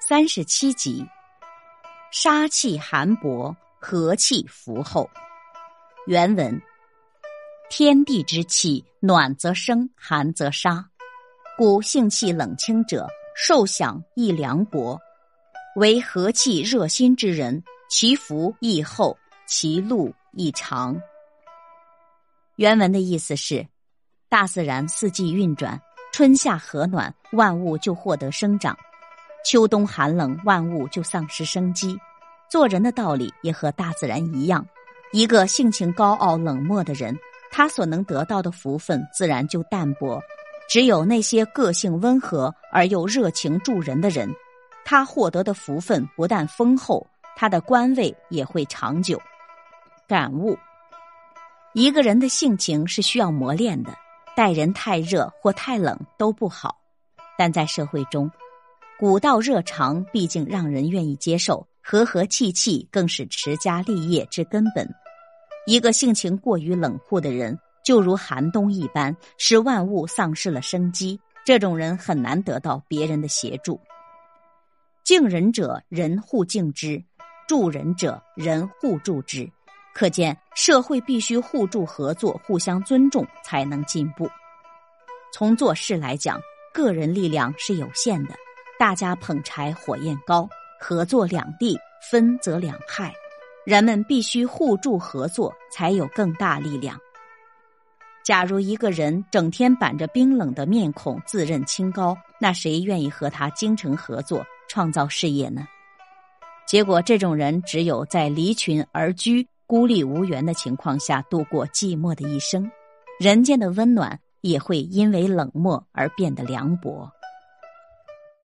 37集，杀气寒薄，和气服后。原文：天地之气，暖则生，寒则杀。故性气冷清者，受享亦凉薄；为和气热心之人，其福亦厚，其禄亦长。原文的意思是，大自然四季运转，春夏和暖，万物就获得生长；秋冬寒冷，万物就丧失生机。做人的道理也和大自然一样，一个性情高傲冷漠的人，他所能得到的福分自然就淡薄。只有那些个性温和而又热情助人的人，他获得的福分不但丰厚，他的官位也会长久。感悟：一个人的性情是需要磨练的，待人太热或太冷都不好。但在社会中，古道热肠毕竟让人愿意接受，和和气气更是持家立业之根本。一个性情过于冷酷的人，就如寒冬一般，使万物丧失了生机，这种人很难得到别人的协助。敬人者，人互敬之；助人者，人互助之。可见社会必须互助合作，互相尊重，才能进步。从做事来讲，个人力量是有限的，大家捧柴火焰高，合作两地，分则两害。人们必须互助合作，才有更大力量。假如一个人整天板着冰冷的面孔，自认清高，那谁愿意和他精诚合作，创造事业呢？结果这种人只有在离群而居，孤立无援的情况下度过寂寞的一生，人间的温暖也会因为冷漠而变得凉薄。